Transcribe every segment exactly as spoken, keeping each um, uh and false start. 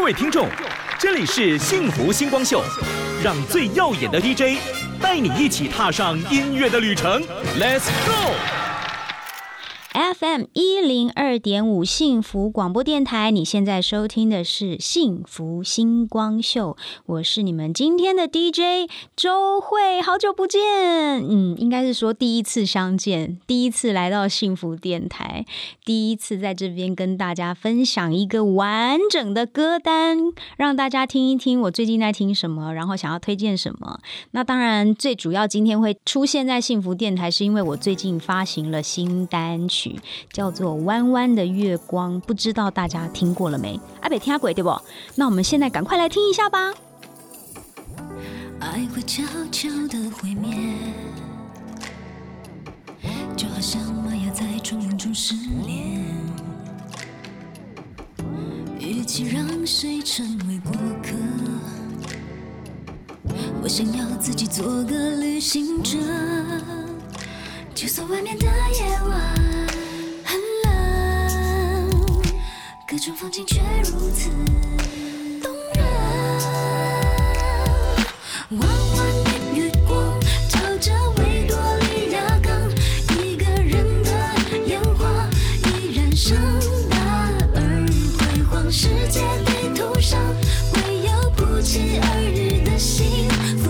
位听众，这里是幸福星光秀，让最耀眼的 D J 带你一起踏上音乐的旅程。Let's go！F M 一零二点五幸福广播电台，你现在收听的是幸福星光秀，我是你们今天的 D J 周慧，好久不见，嗯，应该是说第一次相见，第一次来到幸福电台，第一次在这边跟大家分享一个完整的歌单，让大家听一听我最近在听什么，然后想要推荐什么。那当然最主要今天会出现在幸福电台，是因为我最近发行了新单曲，叫做弯弯的月光，不知道大家听过了没？啊，没听过对不？那我们现在赶快来听一下吧。 爱会悄悄地毁灭，就好像玛雅在丛林中失联，与其让谁成为过客，我想要自己做个旅行者，就算外面的夜晚很冷，各种风景却如此动人。弯弯的月光照着维多利亚港，一个人的烟花依然盛大而辉煌，世界地图上会有不期而遇的幸福。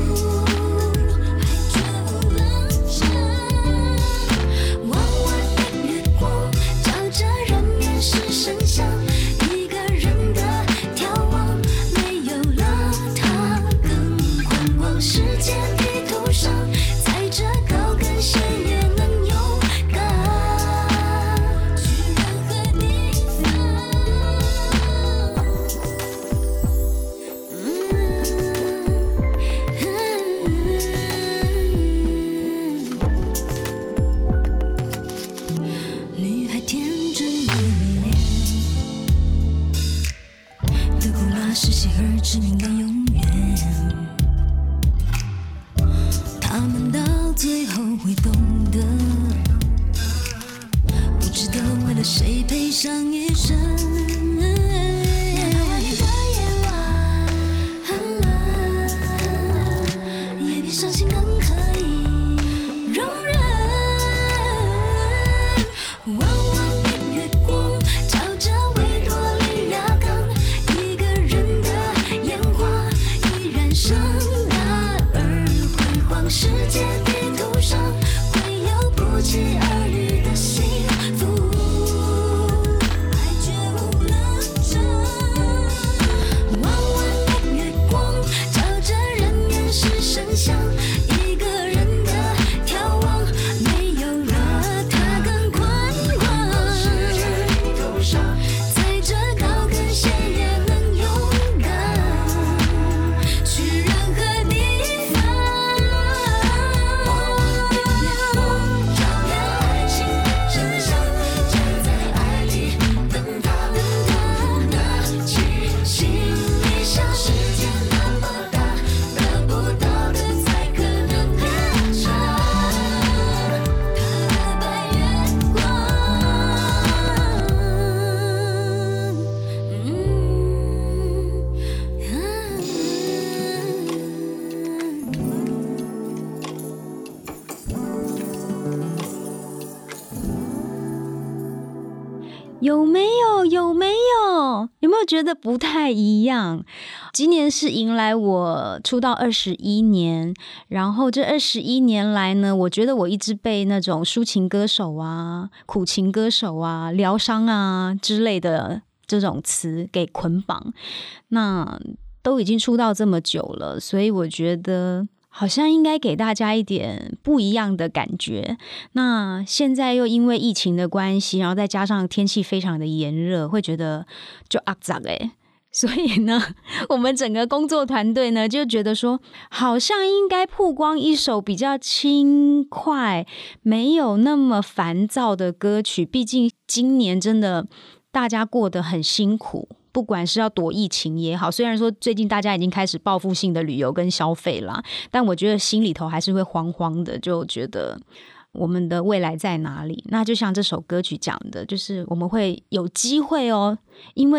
有没有？有没有？有没有觉得不太一样？今年是迎来我出道二十一年，然后这二十一年来呢，我觉得我一直被那种抒情歌手啊、苦情歌手啊、疗伤啊之类的这种词给捆绑。那都已经出道这么久了，所以我觉得好像应该给大家一点不一样的感觉。那现在又因为疫情的关系，然后再加上天气非常的炎热，会觉得就肮脏欸。所以呢，我们整个工作团队呢就觉得说，好像应该曝光一首比较轻快、没有那么烦躁的歌曲。毕竟今年真的大家过得很辛苦。不管是要躲疫情也好，虽然说最近大家已经开始报复性的旅游跟消费啦，但我觉得心里头还是会慌慌的，就觉得我们的未来在哪里。那就像这首歌曲讲的，就是我们会有机会哦，因为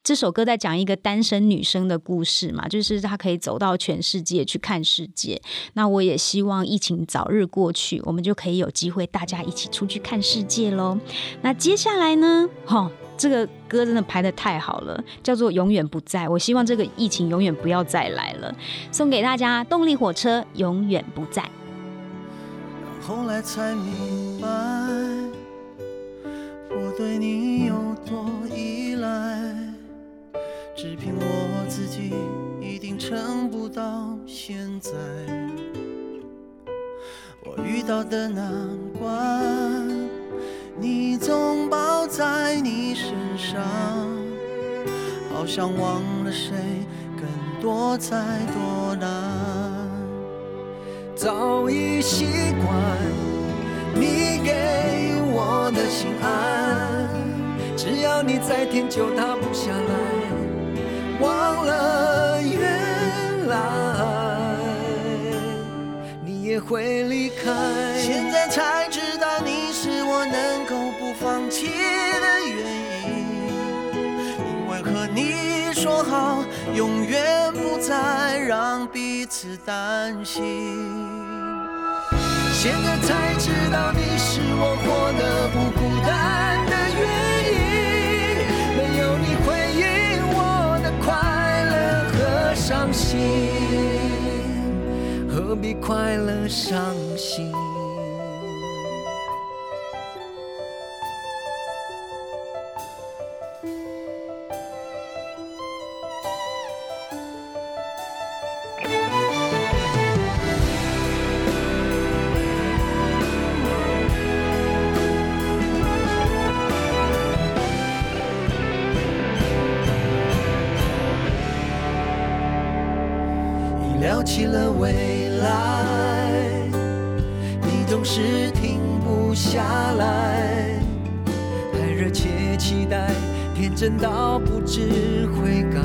这首歌在讲一个单身女生的故事嘛，就是她可以走到全世界去看世界。那我也希望疫情早日过去，我们就可以有机会大家一起出去看世界咯。那接下来呢，哦，这个歌真的排得太好了，叫做永远不在。我希望这个疫情永远不要再来了，送给大家动力火车永远不在。 后来才明白，我对你有多依赖，只凭我自己一定撑不到现在。我遇到的难关，你总抱在你身上，好像忘了谁更多才多难。早已习惯你给我的心安，只要你再舔就它不下来，忘了原来你也会离开。现在才知道你是我能够不放弃的原因，因为和你说好永远不再让彼此担心。现在才知道你是我活得不孤单的原因，没有你回应我的快乐和伤心，何必快乐伤心。聊起了未来，你总是停不下来，还热切期待，天真到不知悔改。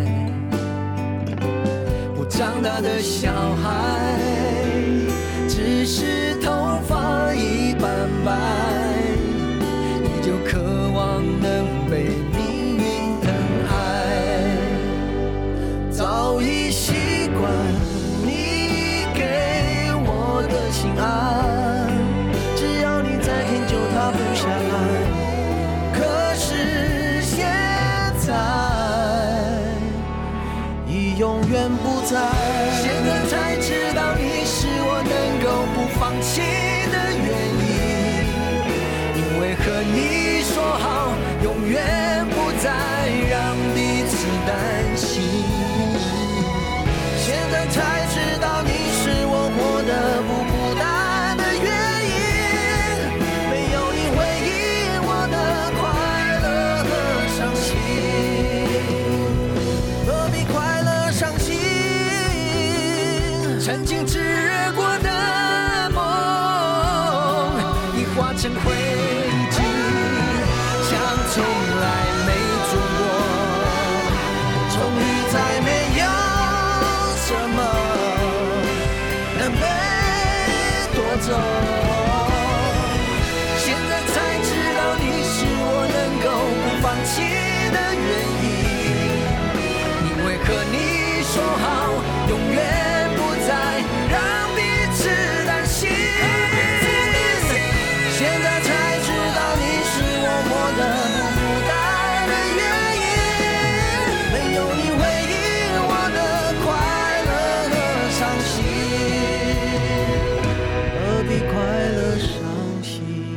我长大的小孩，只是头发已斑白，你就渴望能被命运疼爱。早已习惯你给我的心安，只要你再舔就它不下来。可是现在已永远不在，现在才知道你是我能够不放弃的原因，因为和你说好永远不再让彼此担心。现在才知道你是我活得不孤单的原因，没有你回应我的快乐和伤心，何必快乐伤心。曾经炽热过的梦已化成灰烬，像从来没做过，终于再没有什么能被夺走。现在才知道你是我能够不放弃的原因，因为和你说好永远不再让彼此担心。现在才知道你是我活得不孤单的原因，没有你回应我的快乐和伤心，何必快乐伤心。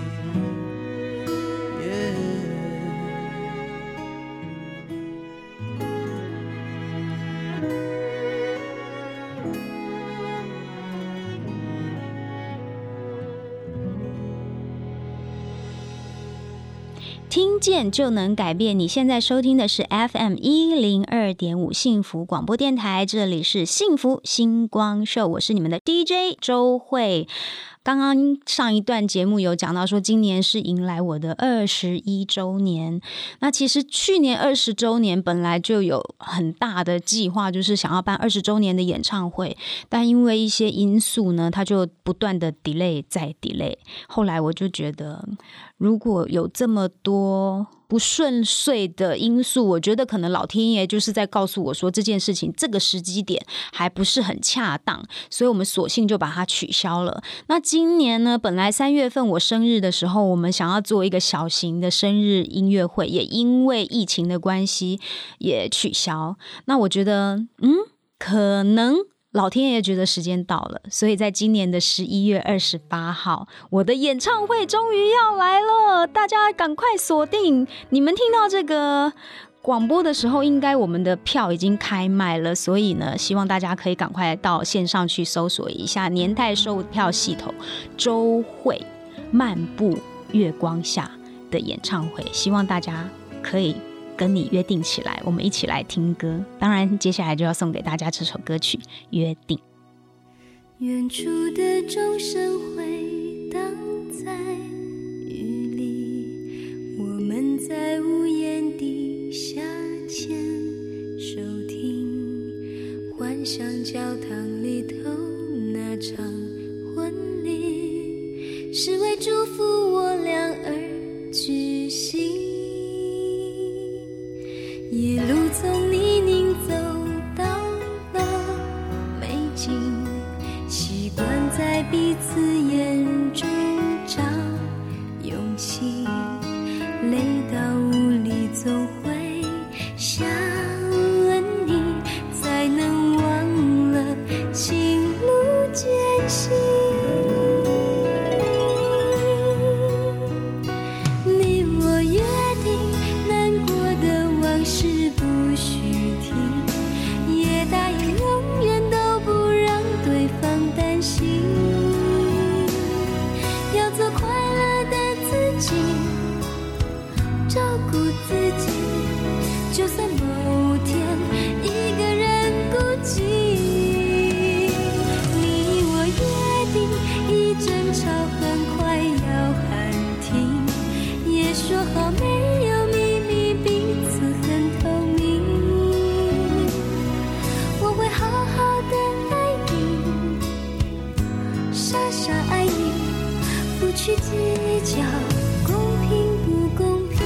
听见就能改变。你现在收听的是 F M 一零二点五 幸福广播电台，这里是幸福星光秀，我是你们的 D J 周慧。刚刚上一段节目有讲到说，今年是迎来我的二十一周年。那其实去年二十周年本来就有很大的计划，就是想要办二十周年的演唱会，但因为一些因素呢，它就不断的 delay 再 delay。后来我就觉得，如果有这么多较不顺遂的因素，我觉得可能老天爷就是在告诉我说这件事情这个时机点还不是很恰当，所以我们索性就把它取消了。那今年呢，本来三月份我生日的时候，我们想要做一个小型的生日音乐会，也因为疫情的关系也取消。那我觉得嗯，可能老天爷觉得时间到了，所以在今年的十一月二十八号，我的演唱会终于要来了，大家赶快锁定。你们听到这个广播的时候，应该我们的票已经开卖了，所以呢，希望大家可以赶快到线上去搜索一下年代售票系统周蕙漫步月光下的演唱会，希望大家可以跟你约定起来，我们一起来听歌。当然接下来就要送给大家这首歌曲《约定》。 远处的钟声回荡在雨里，我们在屋檐底下牵手听，幻想教堂里头那场婚礼是为祝福我俩而举行，一路从泥泞走到了美景，习惯在彼此眼中找勇气，累到无力总会想问你，才能忘了情路艰辛。你我约定难过的往事不许提，也答应永远都不让对方担心，要做快乐的自己，照顾自己，就算某天一个人孤寂。你我约定一争吵很快要喊停，也说好没有秘密，彼此很透明，我会好好的爱你，傻傻爱你，不去计较公平不公平。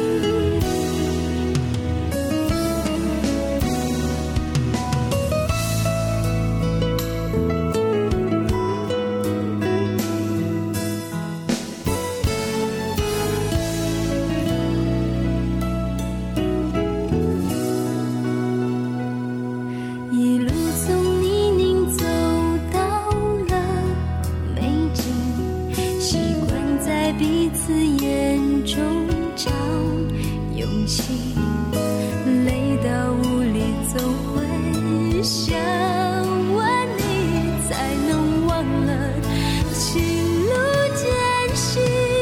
一路从泥泞走到了美景，习惯在彼此眼中找勇气，累到无力总会想问你，才能忘了情路艰辛。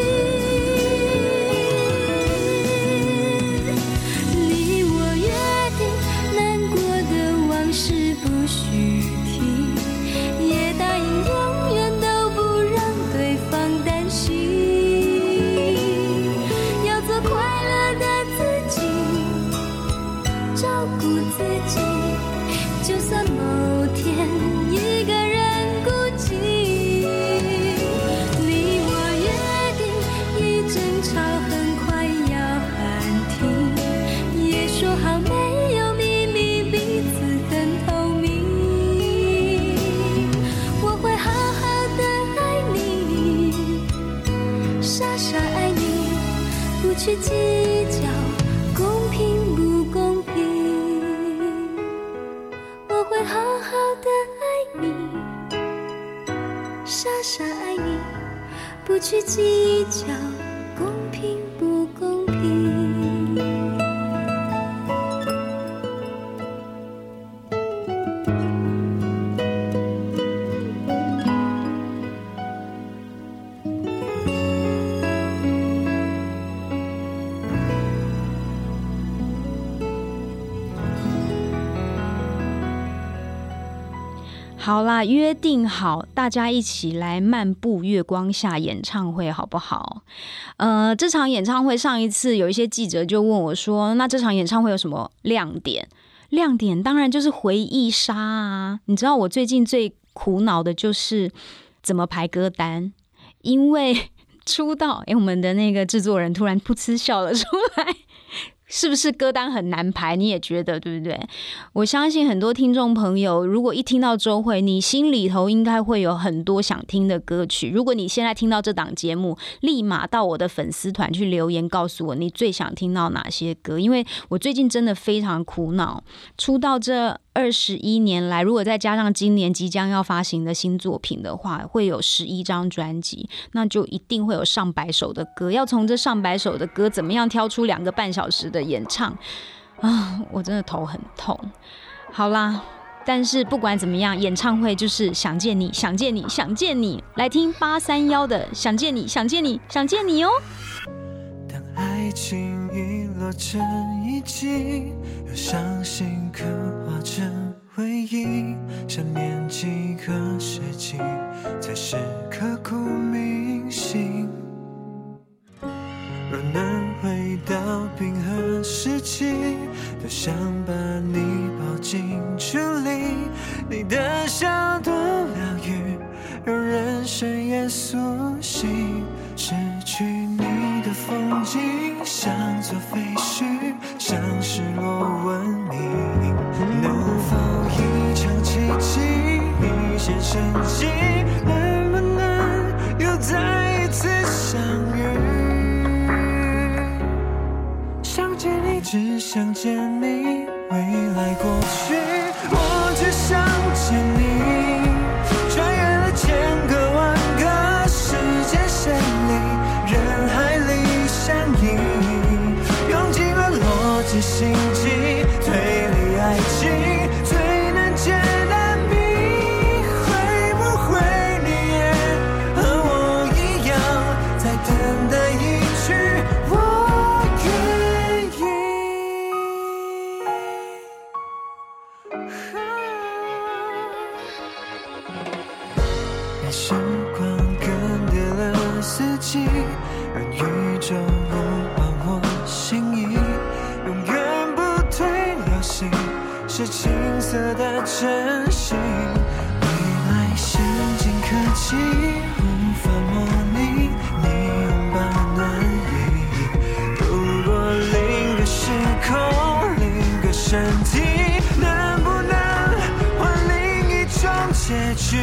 你我约定难过的往事不许提，也答应永远都不让对方担心，要做快乐的自己，照顾自己，就算某天一个人孤寂。你我约定一争吵很快要喊停，也说好没有秘密，彼此很透明，我会好好的爱你，傻傻爱你，不去计较公平不公平，我会好好的爱你，傻傻爱你，不去计较公平不公平。 好啦，约定好大家一起来漫步月光下演唱会好不好？呃，这场演唱会上一次有一些记者就问我说，那这场演唱会有什么亮点？亮点当然就是回忆杀啊！你知道我最近最苦恼的就是怎么排歌单，因为出道，哎，我们的那个制作人突然噗嗤笑了出来。是不是歌单很难排？你也觉得对不对？我相信很多听众朋友，如果一听到周蕙，你心里头应该会有很多想听的歌曲。如果你现在听到这档节目，立马到我的粉丝团去留言，告诉我你最想听到哪些歌。因为我最近真的非常苦恼，出道这二十一年来，如果再加上今年即将要发行的新作品的话，会有十一张专辑，那就一定会有上百首的歌。要从这上百首的歌，怎么样挑出两个半小时的演唱啊？我真的头很痛。好啦，但是不管怎么样，演唱会就是想见你，想见你，想见你。来听八三一的《想见你，想见你，想见你》哦。 当爱情遗落成遗迹，又伤心刻画成回忆，想念几个世纪，才是刻骨铭心。若能回到冰河时期，多想把你抱进处理，你的笑多疗愈，让人深夜苏醒。失去你的风景，像座废墟，像失落文明。能否一场奇迹，一线生机，能不能又再一次相遇？想见你，只想见你，未来过去，我只想见你。穿越了千个万个时间线里，人海里相依，用尽了逻辑心机，推理爱情最难解难谜。会不会你也和我一样，在等待一句我愿意？让时光更迭了四季，让宇宙呼唤我心意，永远不退流行，是青涩的真心。未来先进科技无法模拟你拥抱暖意，如果另个时空另个身体，能不能换另一种结局？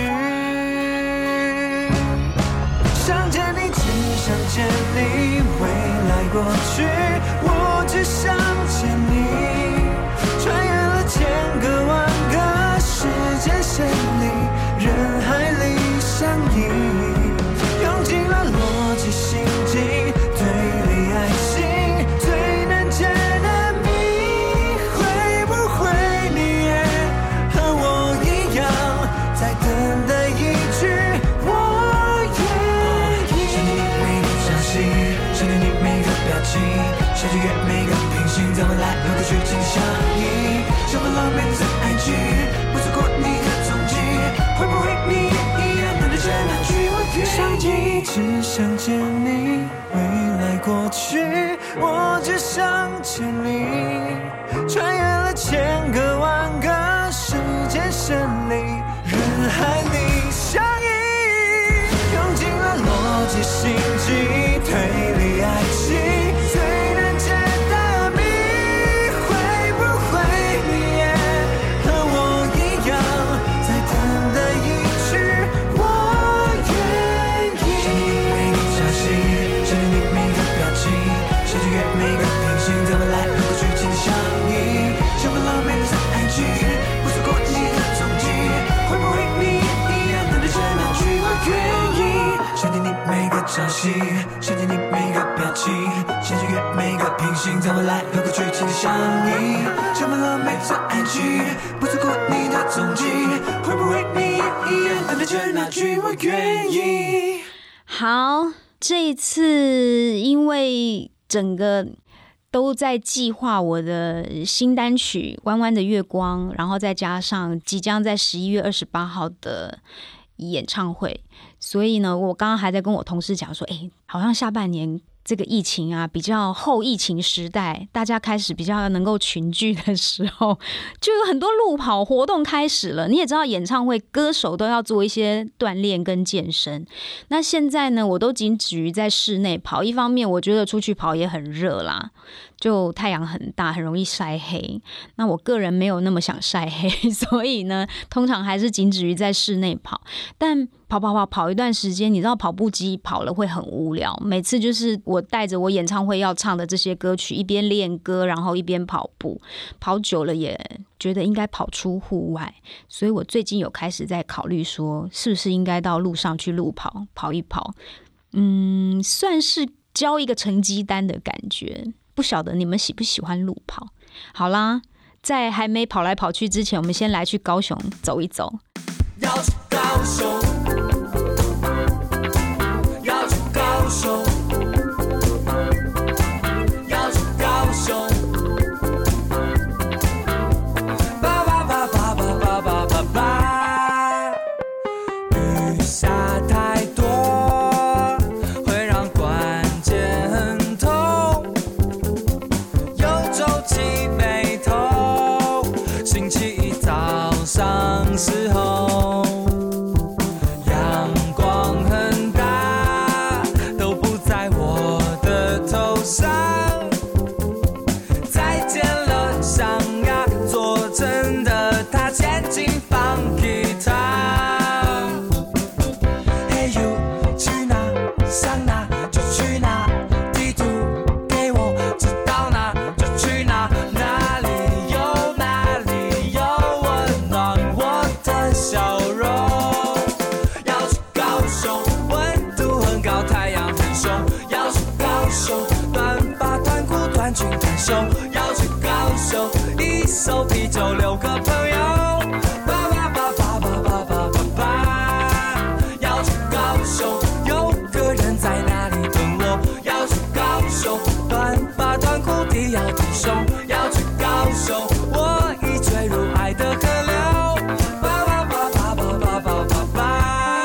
想见你，只想见你，未来过去，我只想见你。穿越了千个万个时间线里，人海里相依，用尽了逻辑心机，推理爱情最难解难谜。会不会你也和我一样，在等待一句我愿意？想念你每个朝夕，想念你每个表情，想穿越每个平行，在未来和过去紧相依。像份浪漫的爱情，不错过你的踪迹，会不会你也一样等待着那句我愿意？想见你，只想见你，未来过去，我只想见你。穿越了千个万个时间线里，人海里相依，用尽了逻辑心机，推理爱情最难解的谜。会不会你也和我一样，在等待一句我愿意？想念你每个朝夕，想念你每个表情，想穿越每个平行，在未来和过去紧相依。像份浪漫的爱情，不错过你的踪迹，会不会你也一样等待着那句我愿意？想念你每个朝夕，想念你每个表情，想穿越每个平行，在未来和过去紧相依。像份浪漫的爱情，不错过你的踪迹，会不会你也一样等待着那句我愿意？ 好，这一次因为整个都在计划我的新单曲《弯弯的月光》，然后再加上即将在十一月二十八号的演唱会，所以呢，我刚刚还在跟我同事讲说，哎，好像下半年这个疫情啊，比较后疫情时代，大家开始比较能够群聚的时候，就有很多路跑活动开始了。你也知道，演唱会歌手都要做一些锻炼跟健身。那现在呢，我都仅止于在室内跑。一方面，我觉得出去跑也很热啦，就太阳很大，很容易晒黑。那我个人没有那么想晒黑，所以呢，通常还是仅止于在室内跑。但跑跑跑跑一段时间，你知道跑步机跑了会很无聊。每次就是我带着我演唱会要唱的这些歌曲，一边练歌，然后一边跑步。跑久了也觉得应该跑出户外，所以我最近有开始在考虑说，是不是应该到路上去路跑跑一跑。嗯，算是交一个成绩单的感觉。不晓得你们喜不喜欢路跑？好啦，在还没跑来跑去之前，我们先来去高雄走一走。 要去高雄，要去高雄，要去高雄，叭叭叭叭叭叭叭叭叭，雨下太多，会让关节很痛，有皱起眉头，星期一早上时候。要去高雄，一手啤酒六个朋友，叭叭叭叭叭叭叭叭叭。要去高雄，有个人在那里等我。要去高雄，短发短裤低腰挺胸。要去高雄，我已坠入爱的河流，叭叭叭叭叭叭叭叭叭。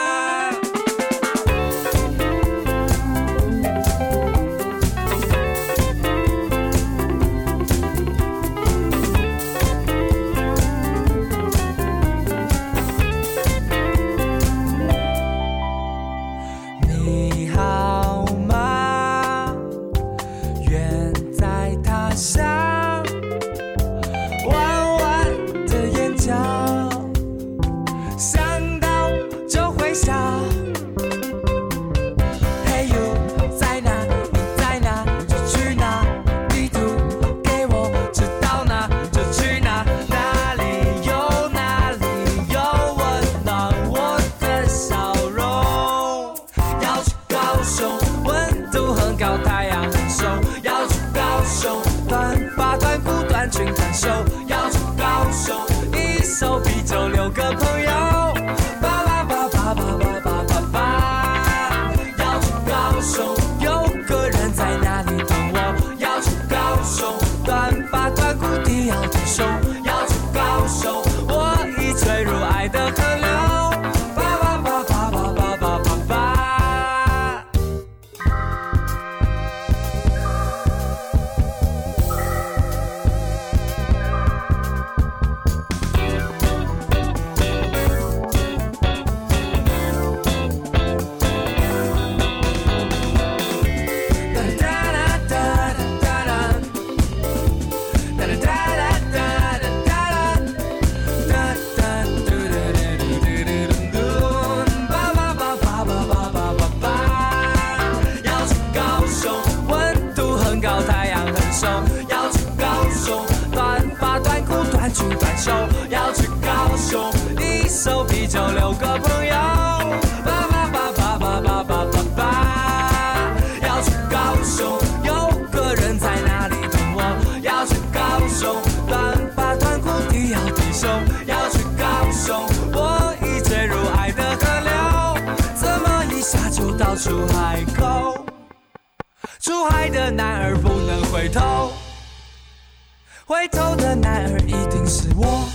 要去高雄，一手啤酒六个朋友，叭叭叭叭叭叭叭叭叭。要去高雄，有个人在那里等我。要去高雄，短发短裤低腰挺胸。要去高雄，我已坠入爱的河流，叭叭叭叭叭叭叭叭叭。要去高雄，短发短裤短裙短袖。要去高雄，一手啤酒六个朋友，叭叭叭叭叭叭叭叭叭。要去高雄，有个人在那里等我。要去高雄，短发短裤低腰低胸。要去高雄，我已坠入爱的河流，怎么一下就到出海口？出海的男儿不能回头，回头的男儿一定是我。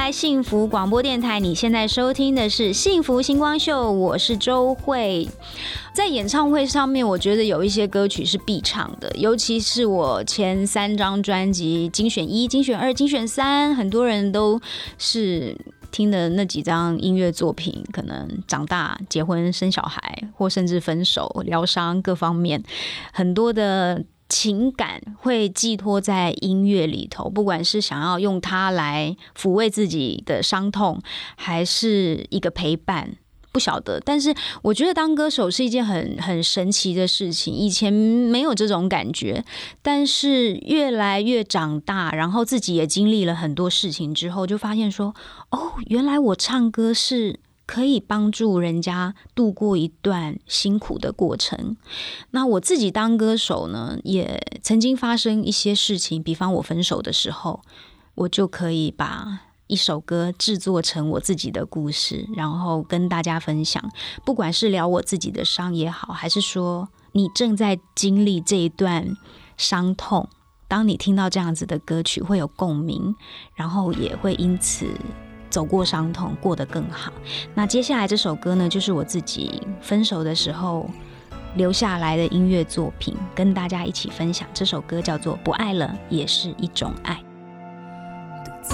台幸福广播电台，你现在收听的是幸福星光秀，我是周慧。在演唱会上面，我觉得有一些歌曲是必唱的，尤其是我前三张专辑精选一、精选二、精选三，很多人都是听的那几张音乐作品，可能长大、结婚、生小孩，或甚至分手、疗伤各方面，很多的情感会寄托在音乐里头，不管是想要用它来抚慰自己的伤痛，还是一个陪伴。不晓得，但是我觉得当歌手是一件很很神奇的事情。以前没有这种感觉，但是越来越长大，然后自己也经历了很多事情之后，就发现说，哦，原来我唱歌是可以帮助人家度过一段辛苦的过程。那我自己当歌手呢，也曾经发生一些事情，比方我分手的时候，我就可以把一首歌制作成我自己的故事，然后跟大家分享，不管是聊我自己的伤也好，还是说你正在经历这一段伤痛，当你听到这样子的歌曲会有共鸣，然后也会因此走过伤痛，过得更好。那接下来这首歌呢，就是我自己分手的时候留下来的音乐作品，跟大家一起分享。这首歌叫做《不爱了也是一种爱》。 独自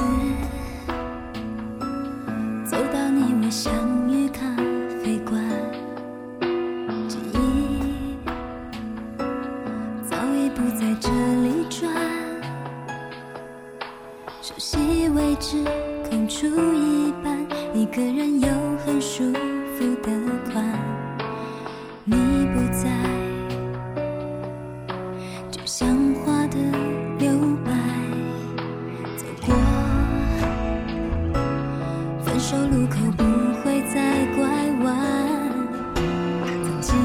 走到你我相遇咖啡馆，记忆早已不在这里转，熟悉位置空出一半，一个人又很舒服的宽。你不在，就像花的留白，走过分手路口不会再拐弯。曾经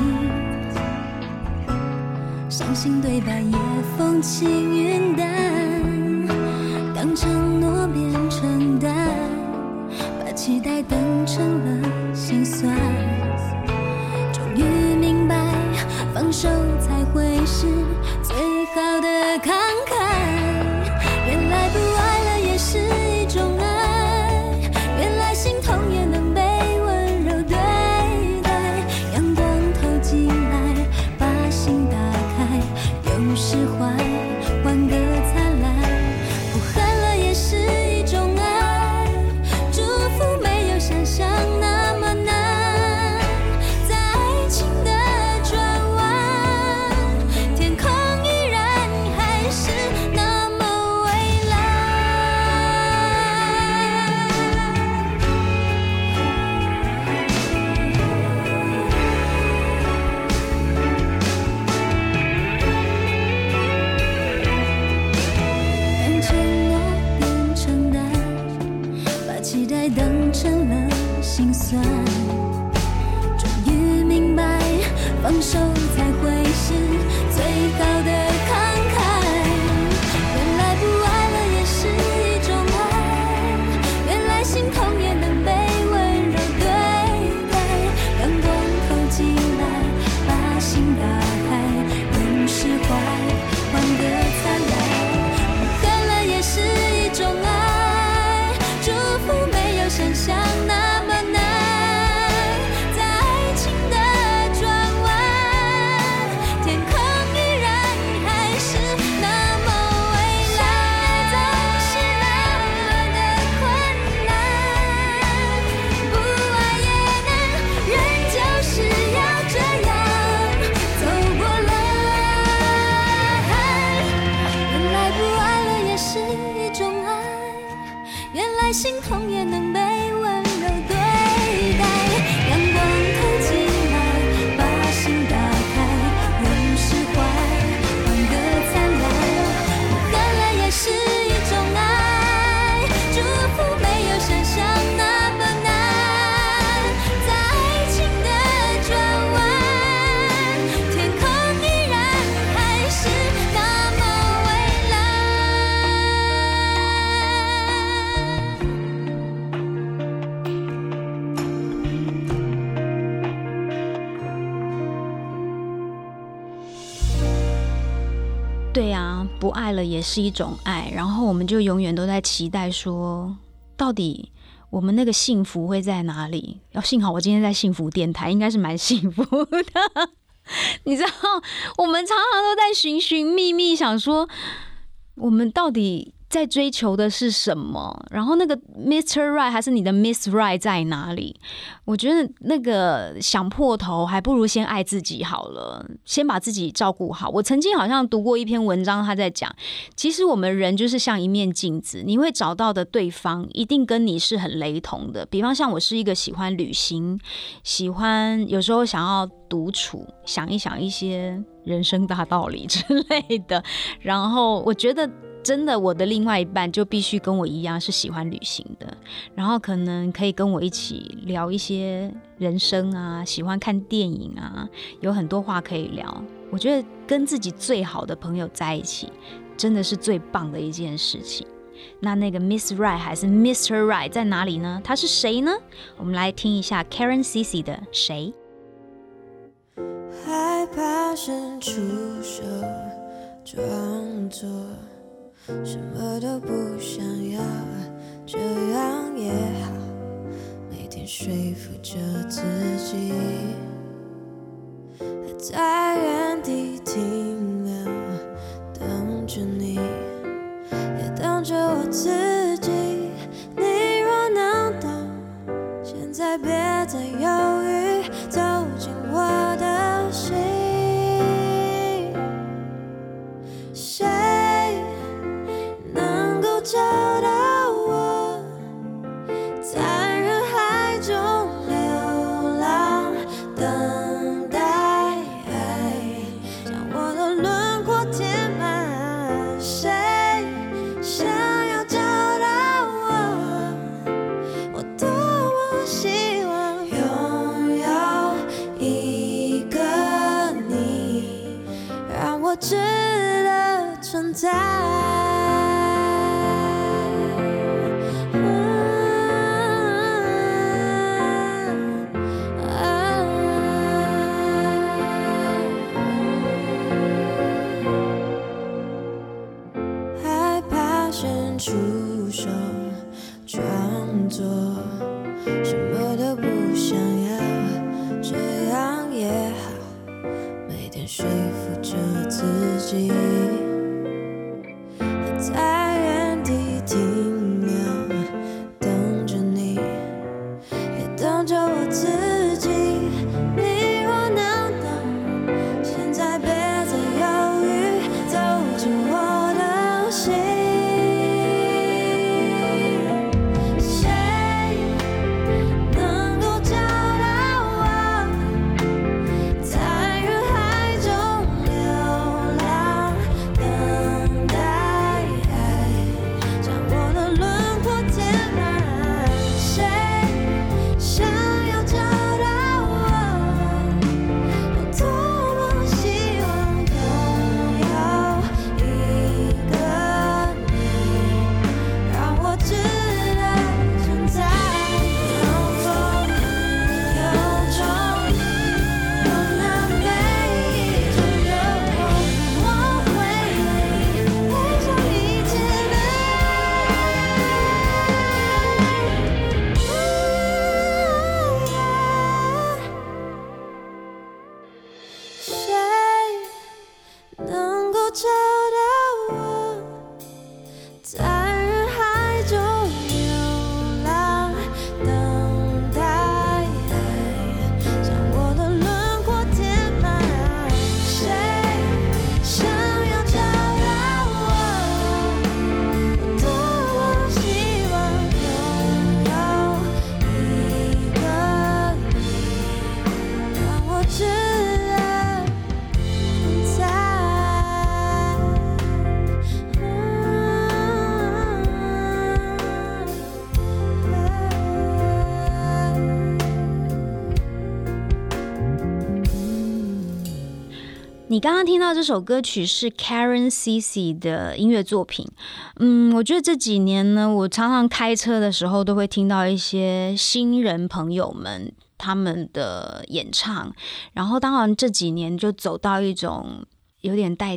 伤心对白也风轻云淡，当承诺变成担，把期待等成了心酸。终于明白，放手才会是最好的慷慨。原来不爱了也是一种爱，原来心痛也能被温柔对待。阳光透进来，把心打开，有释怀，换个灿烂。不恨了也是一种爱，祝福没有想象那么难。在爱情的转弯，天空依然还是那么蔚蓝。当承诺变成担，把期待当成了心酸。终于明白，放手才会是最好的慷慨。原来不爱了也是一种爱，原来心痛也能被温柔对待。阳光透进来，把心打开，用释怀换个灿烂。不恨了也是一种爱，祝福没有想象那么难。在爱情的转弯，天空依然还是那么蔚蓝。总是那么的困难，不爱也难，人就是要这样走过来。原来不爱了也是一种爱，原来心痛也能被温柔对待。阳光透进来，把心打开，用释怀换个灿烂。不恨了也是一种爱，祝福没有想象那么难。在爱情的转弯，天空依然还是那么蔚蓝。 对啊，不爱了也是一种爱，然后我们就永远都在期待说， 到底我们那个幸福会在哪里？要幸好我今天在幸福电台，应该是蛮幸福的。你知道，我们常常都在寻寻觅觅，想说我们到底在追求的是什么？然后那个 Mister Right 还是你的 Miss Right 在哪里？我觉得那个想破头，还不如先爱自己好了，先把自己照顾好。我曾经好像读过一篇文章，他在讲，其实我们人就是像一面镜子，你会找到的对方一定跟你是很雷同的。比方像我是一个喜欢旅行，喜欢有时候想要独处，想一想一些人生大道理之类的。然后我觉得真的我的另外一半就必须跟我一样是喜欢旅行的，然后可能可以跟我一起聊一些人生啊，喜欢看电影啊，有很多话可以聊。我觉得跟自己最好的朋友在一起真的是最棒的一件事情。那那个 Miss Right 还是 Mister Right 在哪里呢？他是谁呢？我们来听一下 Karen Cici 的谁。 害怕伸出手，装作什么都不想要，这样也好，每天说服着自己，还在原地停留，等着你，也等着我自己。你若能懂，现在别再犹豫，走进我的心。谁能够找到我，在人海中流浪，等待将我的轮廓填满。谁想要找到我，我多么希望拥有一个你，让我值得存在。害怕伸出手，装作什么都不想要，这样也好，每天说服着自己，还在原地停留，等着你，也等着我自己。你若能懂，现在别再犹豫，走进我的心。谁能够找到我，在人海中流浪，等待将我的轮廓填满。谁想要找到我，我多么希望拥有一个你，让我值得存在。有风有痛，有那每一种诱惑，我会背上一切谁能够找到我，在人海中流浪，等待将我的轮廓填满。谁想要找到我，我多么希望拥有一个你，让我值得存在。 你刚刚听到这首歌曲是 Karen Cici 的音乐作品。嗯，我觉得这几年呢，我常常开车的时候都会听到一些新人朋友们他们的演唱，然后当然这几年就走到一种有点带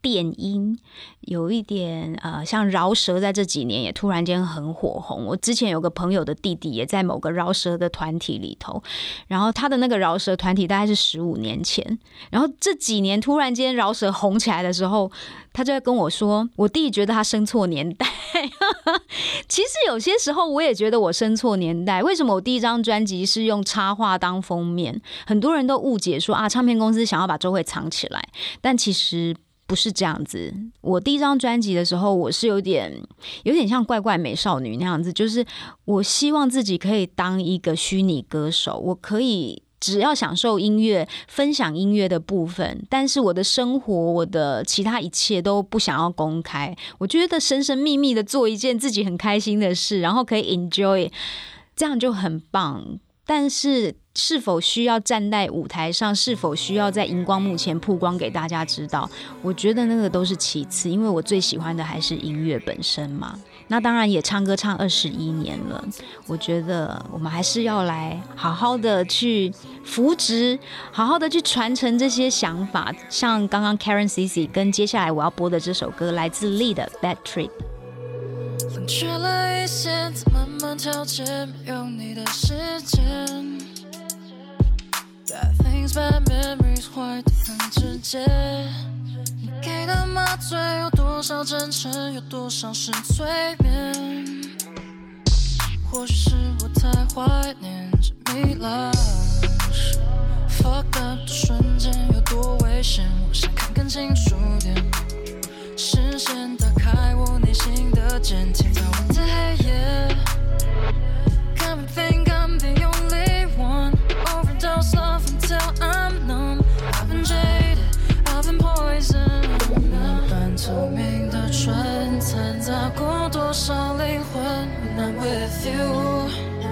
电音，有一点呃，像饶舌，在这几年也突然间很火红。我之前有个朋友的弟弟也在某个饶舌的团体里头，然后他的那个饶舌团体大概是十五年前，然后这几年突然间饶舌红起来的时候，他就会跟我说，我弟觉得他生错年代。其实有些时候我也觉得我生错年代。为什么我第一张专辑是用插画当封面？很多人都误解说啊，唱片公司想要把周慧藏起来，但其实不是这样子。我第一张专辑的时候，我是有点有点像怪怪美少女那样子，就是我希望自己可以当一个虚拟歌手，我可以只要享受音乐，分享音乐的部分，但是我的生活，我的其他一切都不想要公开。我觉得神神秘秘的做一件自己很开心的事，然后可以 enjoy， 这样就很棒。但是是否需要站在舞台上，是否需要在荧光幕前曝光给大家知道，我觉得那个都是其次，因为我最喜欢的还是音乐本身嘛。那当然也唱歌唱二十一年了，我觉得我们还是要来好好的去扶植，好好的去传承这些想法。像刚刚 Karen Cici 跟接下来我要播的这首歌，来自 Lee 的 Bad Trip。 冷却了一些，再慢慢调节，没有你的时间。Bad things, bad memories， 坏的很直接。你给的麻醉有多少真诚，有多少是催眠？或许是我太怀念着糜烂。Fucked up 的瞬间有多危险？我想看更清楚点。视线打开我内心的茧，停在我的黑夜。Got me think I'm the only one. Overdose love until I'm numb. I've been jaded, I've been poisoned. 那半透明的唇掺杂过多少灵魂 ？When I'm with you,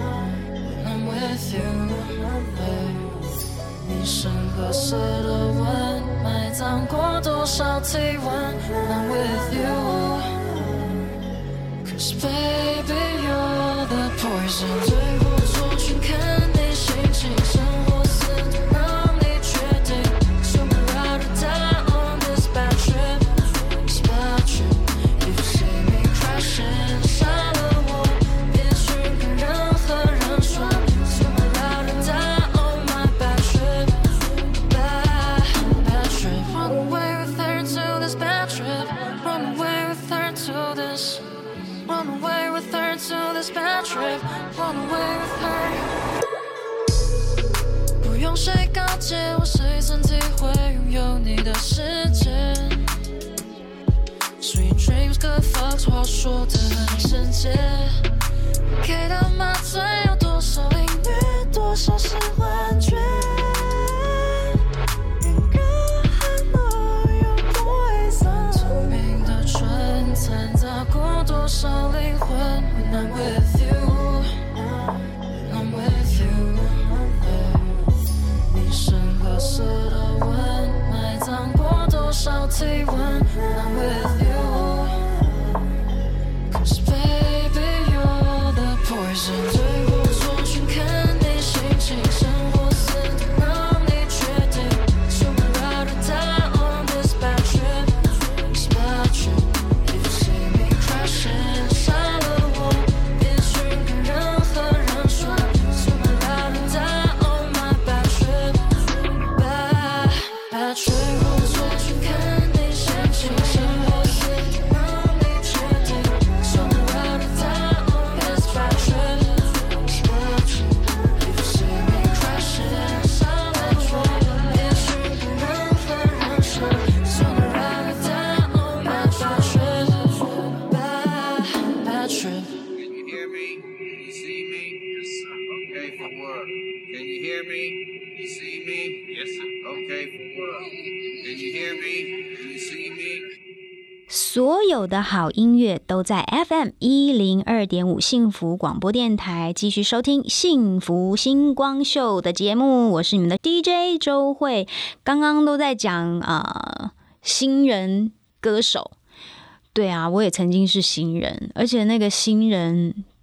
when I'm with you, babe. 你深褐色的吻，埋葬过多少体温 ？When I'm with you, 'cause baby you're the poison。对或错全看你心情，生活死都让你决定。So my ride or die on this bad trip, this bad trip. If you see me crashing， 杀了我，别去跟任何人说。So my ride or die on my bad trip, bad bad trip. Run away with her to this bad trip. Run away with her to this. Run away with her to this bad trip. Run away with her. 不用谁告诫我，谁曾体会拥有你的时间。Sweet dreams, good fucks， 话说得很直接。给的麻醉有多少领略，多少是幻觉。透明的唇掺杂过多少灵魂 ？When I'm with you, when I'm with you, yeah. 你深褐色的吻，埋葬过多少体温 ？When I'm with you, 'cause baby you're the poison。对或错全看你心情，生活死都让你决定。So my ride or die on this bad trip, this bad trip. If you see me crashing， 杀了我，别去跟任何人说。So my ride or die on my bad trip, bad bad trip。对或错全看你心情，生活死都让你决定。So my ride or die on this bad trip, this bad trip. If you see me crashing， 杀了我，别去跟任何人说。So my ride or die on my bad trip, bad bad trip。 Can you hear me? Can you see me? Yes, sir. Okay, for work. Can you hear me? Can you see me? Yes, sir. Okay, for work. Can you hear me? Can you see me? 所有的好音乐都在 F M 一零二点五幸福广播电台，继续收听幸福星光秀的节目，我是你们的 D J 周慧。刚刚都在讲呃新人歌手，对啊，我也曾经是新人，而且那个新人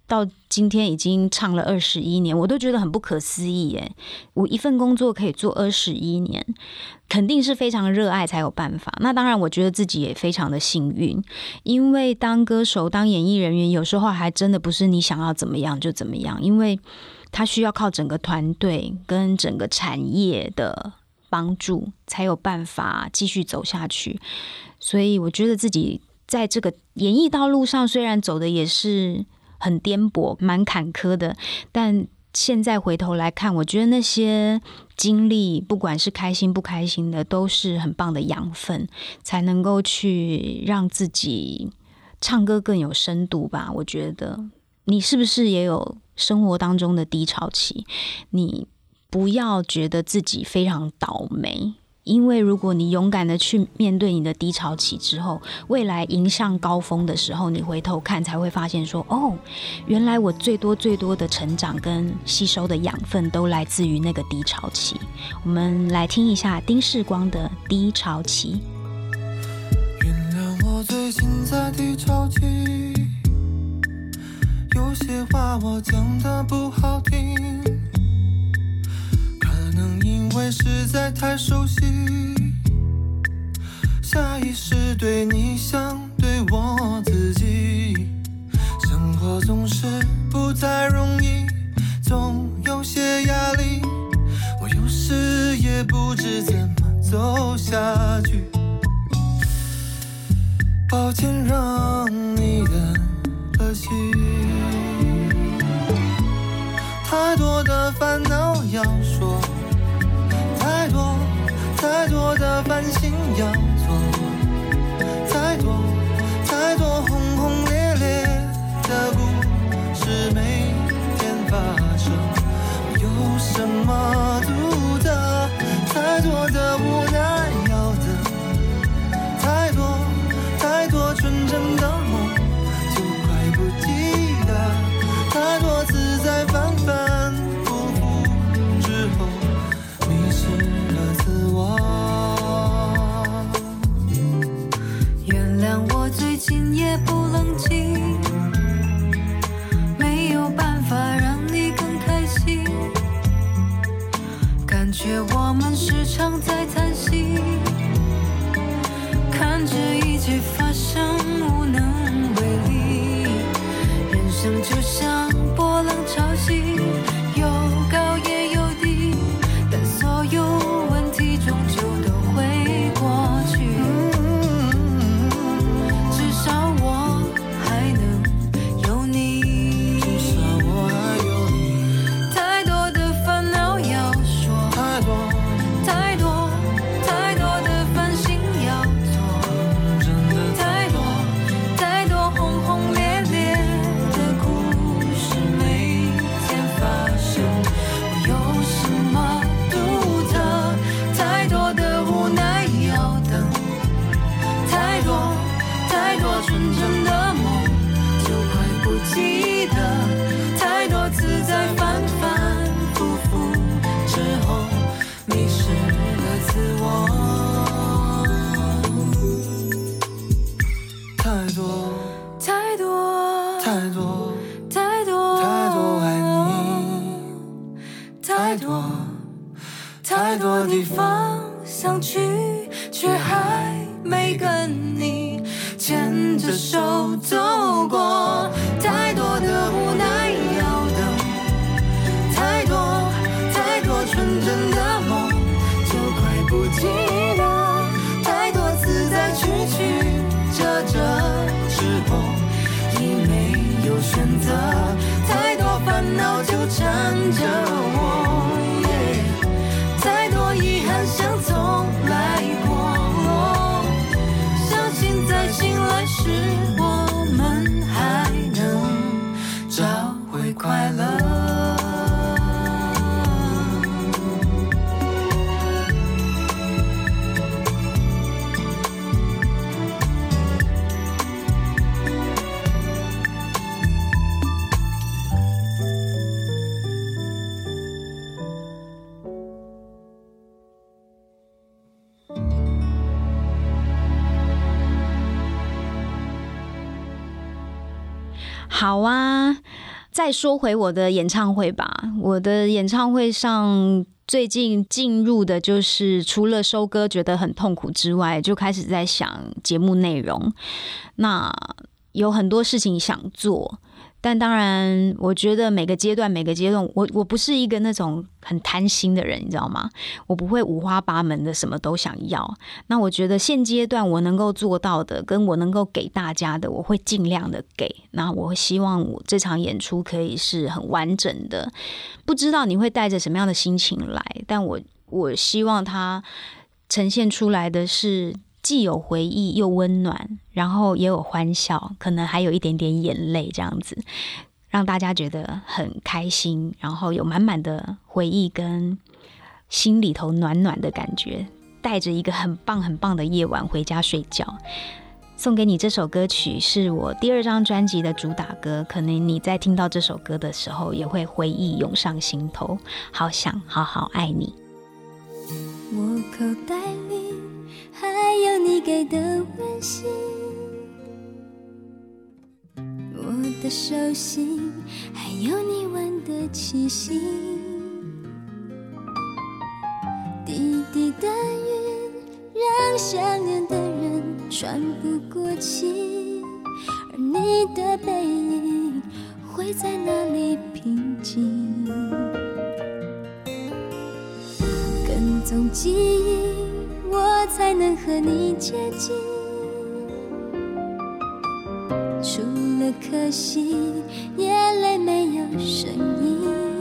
到今天已经唱了二十一年，我都觉得很不可思议耶！我一份工作可以做二十一年，肯定是非常热爱才有办法。那当然，我觉得自己也非常的幸运，因为当歌手、当演艺人员，有时候还真的不是你想要怎么样就怎么样，因为他需要靠整个团队跟整个产业的帮助，才有办法继续走下去。所以我觉得自己在这个演艺道路上，虽然走的也是很颠簸、蛮坎坷的，但现在回头来看，我觉得那些经历，不管是开心不开心的，都是很棒的养分，才能够去让自己唱歌更有深度吧。我觉得你是不是也有生活当中的低潮期？你不要觉得自己非常倒霉。因为如果你勇敢的去面对你的低潮期之后，未来迎向高峰的时候，你回头看才会发现说，哦，原来我最多最多的成长跟吸收的养分都来自于那个低潮期。我们来听一下丁世光的低潮期。 原谅我最近在低潮期，有些话我讲得不好听，因为实在太熟悉，下意识对你像对我自己。生活总是不太容易，总有些压力，我有时也不知怎么走下去。抱歉让你等了心，太多的烦恼要说，太多太多的烦心要做，太多太多轰轰烈烈的故事每天发生，我有什么独特？太多的无奈要等，太多太多纯真的梦就快不记得，太多次在反反复复之后迷失了自我。 原谅我最近也不冷静，没有办法让你更开心，感觉我们时常在叹息，看着一切发生无能为力，人生就像波浪潮汐，有高也有低，但所有问题终究都会过去，至少我还能有你， 至少我还有你。 太多的烦恼要说， 太多太多太多的烦心要做， 真的太多太多轰轰烈烈的故事每天发生，我有什么独特？太多的无奈要等，太多太多纯真的梦就快不记得，太多次在反反复复之后迷失了自我。 太多太多太多太多太多爱你， 太多太多地方想去，却还没跟你牵着手走过，太多的无奈要等，太多太多纯真的梦就快不记得，太多次在曲曲折折之后已没有选择，太多烦恼纠缠着我，太多遗憾像从来过，相信在醒来时我们还能找回快乐。 好啊， 再说回我的演唱会吧，我的演唱会上最近进入的就是除了收歌觉得很痛苦之外，就开始在想节目内容。那有很多事情想做，但当然我觉得每个阶段每个阶段我我不是一个那种很贪心的人，你知道吗？我不会五花八门的什么都想要。那我觉得现阶段我能够做到的跟我能够给大家的，我会尽量的给。那我希望我这场演出可以是很完整的，不知道你会带着什么样的心情来，但我我希望它呈现出来的是既有回忆又温暖，然后也有欢笑，可能还有一点点眼泪，这样子让大家觉得很开心，然后有满满的回忆跟心里头暖暖的感觉，带着一个很棒很棒的夜晚回家睡觉。送给你这首歌曲是我第二张专辑的主打歌，可能你在听到这首歌的时候也会回忆涌上心头，好想好好爱你。 我口袋里还有你给的温馨，我的手心还有你闻的气息，滴滴的雨让想念的人喘不过气，而你的背影会在哪里平静？跟踪记忆我才能和你接近，除了可惜眼泪没有声音。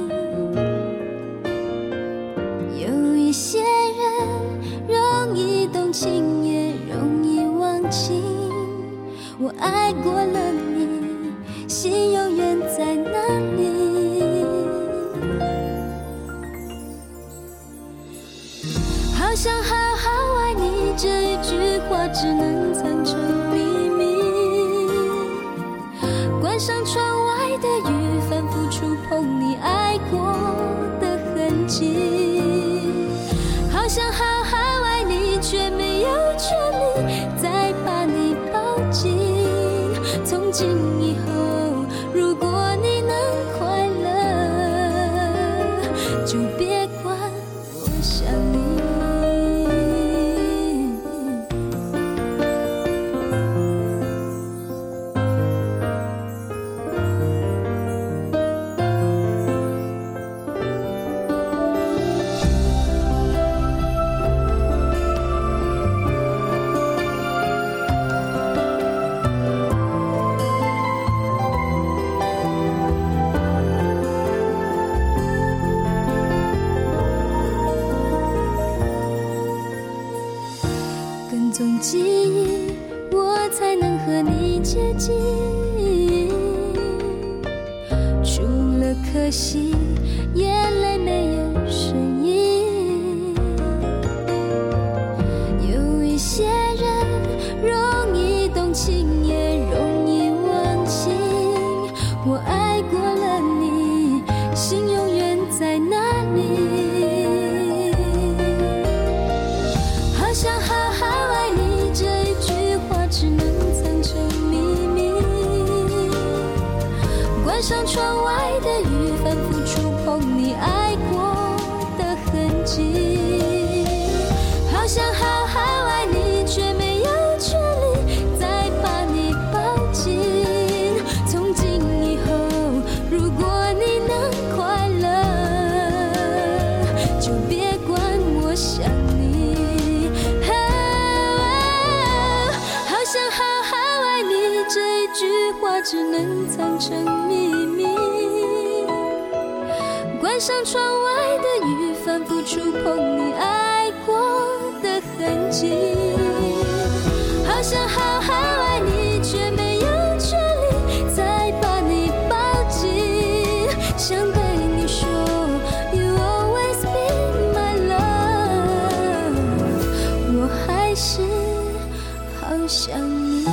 有一些人容易动情也容易忘情，我爱过了你，心永远在哪里？好想好好爱你，这一句话只能藏成秘密。关上窗外的雨，反复触碰你爱过的痕迹。好想好好爱你，却没有权利再把你抱紧。从今以后，如果你能快乐，就别管我想你。从记忆我才能和你接近，除了可惜眼泪没有声音。有一些人容易动情也容易忘情，我爱过了你，心永远在哪里？好想好好爱你，这一句话只能藏成秘密。关上窗外的雨，反复触碰你爱过的痕迹。好想好好爱你，却没有权利再把你抱紧。从今以后，如果你能快乐，就别管我想你。好想好好爱你，这一句话只能藏成秘密。关上窗外的雨，反复触碰你爱过的痕迹。好想好好爱你，却没有权利再把你抱紧。想对你说 You always be my love， 我还是好想你。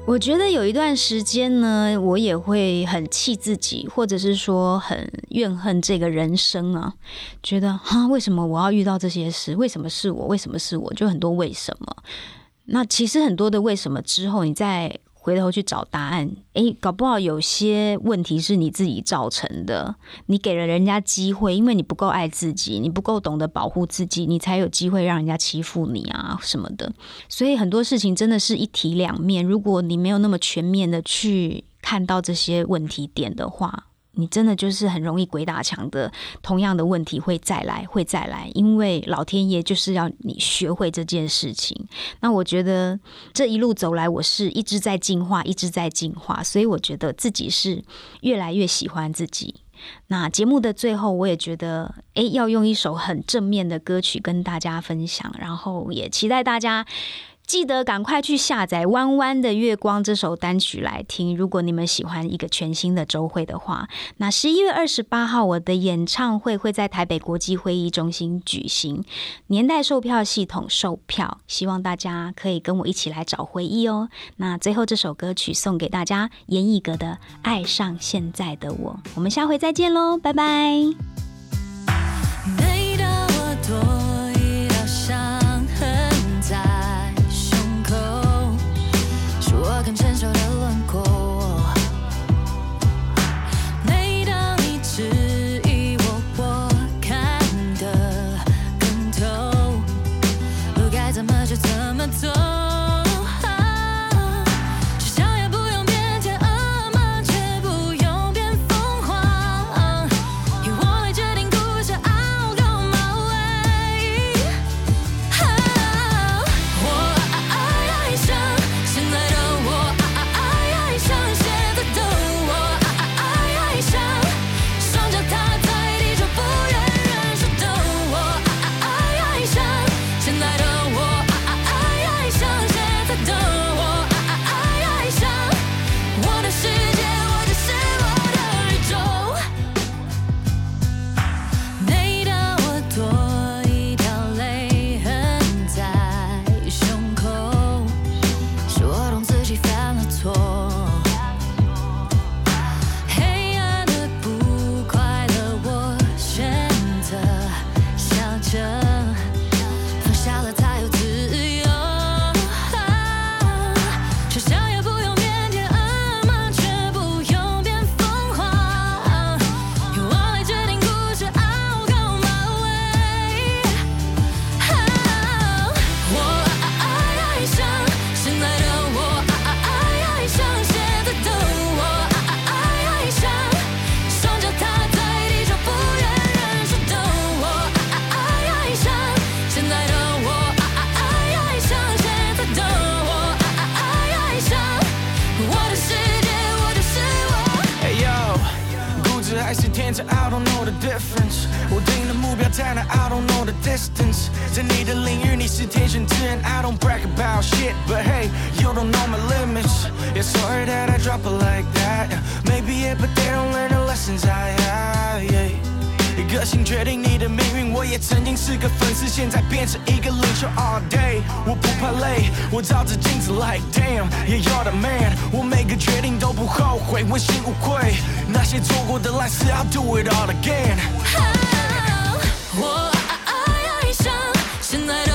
我觉得有一段时间呢，我也会很气自己，或者是说很怨恨这个人生啊，觉得哈，为什么我要遇到这些事？为什么是我？为什么是我？就很多为什么。那其实很多的为什么之后，你再回头去找答案，诶，搞不好有些问题是你自己造成的，你给了人家机会，因为你不够爱自己，你不够懂得保护自己，你才有机会让人家欺负你啊什么的。所以很多事情真的是一体两面，如果你没有那么全面的去看到这些问题点的话，你真的就是很容易鬼打墙的，同样的问题会再来会再来，因为老天爷就是要你学会这件事情。那我觉得这一路走来，我是一直在进化一直在进化，所以我觉得自己是越来越喜欢自己。那节目的最后，我也觉得诶，要用一首很正面的歌曲跟大家分享，然后也期待大家记得赶快去下载《弯弯的月光》这首单曲来听。如果你们喜欢一个全新的周蕙的话，那十一月二十八号我的演唱会会在台北国际会议中心举行，年代售票系统售票，希望大家可以跟我一起来找回忆哦。那最后这首歌曲送给大家，严艺格的《爱上现在的我》，我们下回再见咯，拜拜。 每当我多一道伤痕在胸口，是我更成熟的轮廓。每当你质疑我，我看得更透，路该怎么就怎么走。 I don't know the difference， 我定的目标在哪 I don't know the distance， 在你的领域你是天选之人 I don't brag about shit but hey you don't know my limits Yeah sorry that I drop it like that Maybe it but they don't learn the lessons I have yeah个性决定你的命运，我也曾经是个粉丝，现在变成一个领袖 all day。我不怕累，我照着镜子 like damn， yeah you're the man。我每个决定都不后悔，问心无愧。那些错过的烂事 I'll do it all again。我爱上现在。